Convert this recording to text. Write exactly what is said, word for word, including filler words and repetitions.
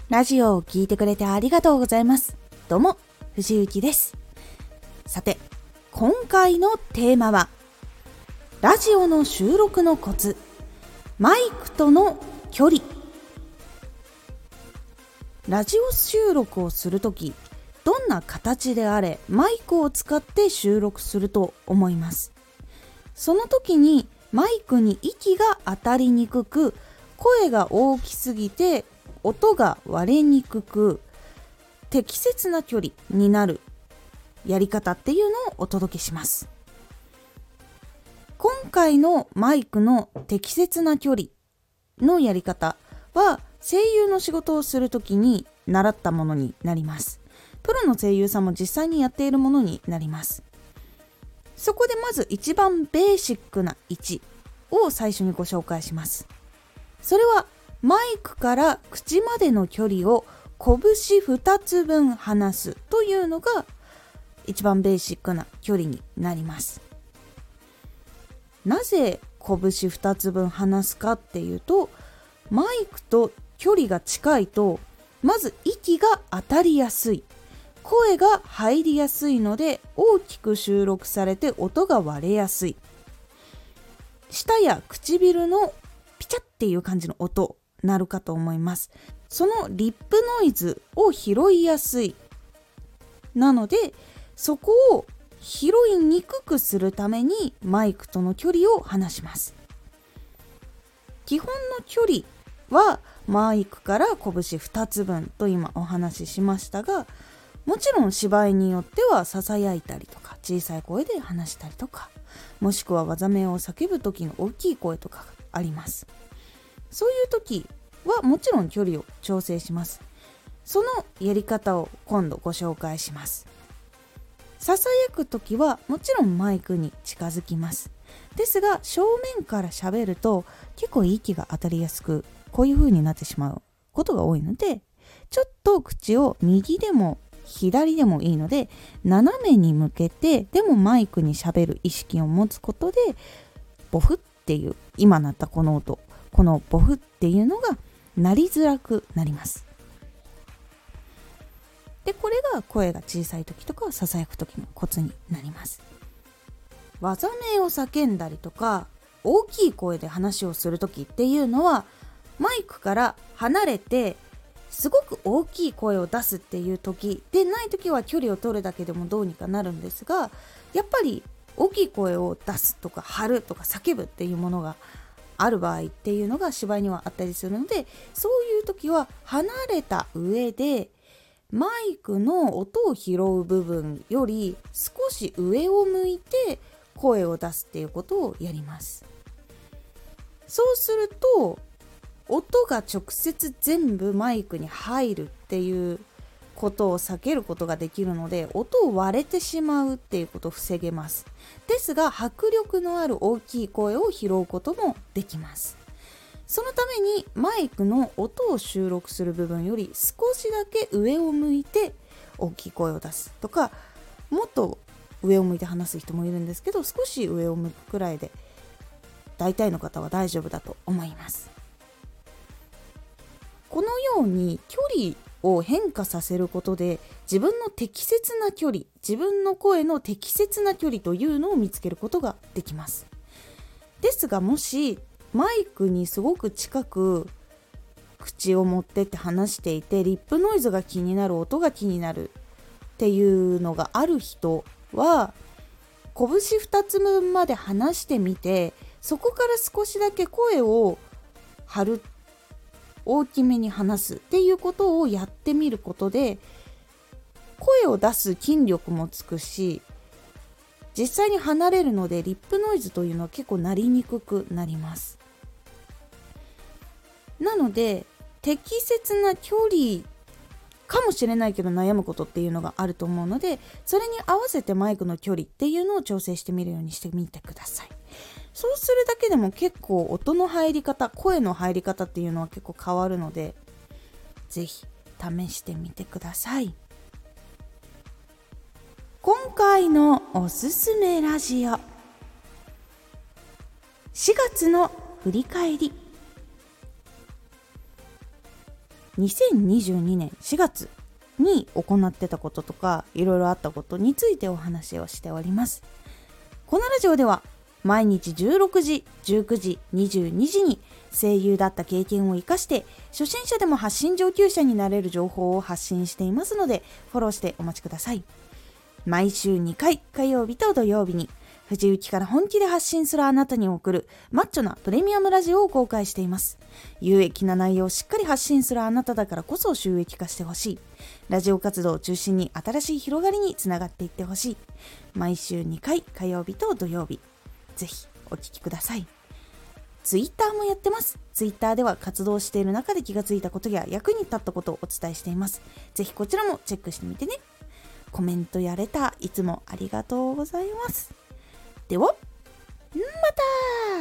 ラジオを聞いてくれてありがとうございます。どうも、藤幸です。さて、今回のテーマは、ラジオの収録のコツ、マイクとの距離。ラジオ収録をするとき、どんな形であれ、マイクを使って収録すると思います。その時にマイクに息が当たりにくく、声が大きすぎて音が割れにくく、適切な距離になるやり方っていうのをお届けします。今回のマイクの適切な距離のやり方は、声優の仕事をするときに習ったものになります。プロの声優さんも実際にやっているものになります。そこでまず一番ベーシックな位置を最初にご紹介します。それはマイクから口までの距離を拳ふたつぶん離すというのが一番ベーシックな距離になります。なぜ拳ふたつぶん離すかっていうと、マイクと距離が近いとまず息が当たりやすい、声が入りやすいので大きく収録されて音が割れやすい。舌や唇のピチャっていう感じの音なるかと思います。そのリップノイズを拾いやすい。なのでそこを拾いにくくするためにマイクとの距離を離します。基本の距離はマイクから拳ふたつぶんと今お話ししましたが、もちろん芝居によってはささやいたりとか小さい声で話したりとか、もしくは技名を叫ぶ時の大きい声とかがあります。そういう時はもちろん距離を調整します。そのやり方を今度ご紹介します。ささやく時はもちろんマイクに近づきます。ですが正面から喋ると結構息が当たりやすく、こういう風になってしまうことが多いので、ちょっと口を右でも左でもいいので斜めに向けて、でもマイクに喋る意識を持つことで、ボフっていう今鳴ったこの音、このボフっていうのが鳴りづらくなります。で、これが声が小さい時とかささやく時のコツになります。技名を叫んだりとか大きい声で話をする時っていうのは、マイクから離れてすごく大きい声を出すっていう時でない時は距離を取るだけでもどうにかなるんですが、やっぱり大きい声を出すとか張るとか叫ぶっていうものがある場合っていうのが芝居にはあったりするので、そういう時は離れた上でマイクの音を拾う部分より少し上を向いて声を出すっていうことをやります。そうすると音が直接全部マイクに入るっていうことを避けることができるので、音を割れてしまうっていうことを防げます。ですが迫力のある大きい声を拾うこともできます。そのためにマイクの音を収録する部分より少しだけ上を向いて大きい声を出すとか、もっと上を向いて話す人もいるんですけど、少し上を向くくらいで大体の方は大丈夫だと思います。このように距離を変化させることで自分の適切な距離、自分の声の適切な距離というのを見つけることができます。ですがもしマイクにすごく近く口を持ってって話していて、リップノイズが気になる、音が気になるっていうのがある人は、拳ふたつぶんまで話してみて、そこから少しだけ声を張る、大きめに話すっていうことをやってみることで、声を出す筋力もつくし、実際に離れるのでリップノイズというのは結構鳴りにくくなります。なので適切な距離かもしれないけど悩むことっていうのがあると思うので、それに合わせてマイクの距離っていうのを調整してみるようにしてみてください。そうするだけでも結構音の入り方、声の入り方っていうのは結構変わるので、ぜひ試してみてください。今回のおすすめラジオ、しがつの振り返り。 にせんにじゅうにねんしがつに行ってたこととかいろいろあったことについてお話をしております。このラジオでは毎日じゅうろくじ、じゅうくじ、にじゅうにじに声優だった経験を生かして初心者でも発信上級者になれる情報を発信していますのでフォローしてお待ちください。毎週にかい火曜日と土曜日に藤雪から本気で発信するあなたに送るマッチョなプレミアムラジオを公開しています。有益な内容をしっかり発信するあなただからこそ収益化してほしい。ラジオ活動を中心に新しい広がりにつながっていってほしい。毎週にかい火曜日と土曜日、ぜひお聞きください。ツイッターもやってます。ツイッターでは活動している中で気がついたことや役に立ったことをお伝えしています。ぜひこちらもチェックしてみてね。コメントやレターいつもありがとうございます。ではまた。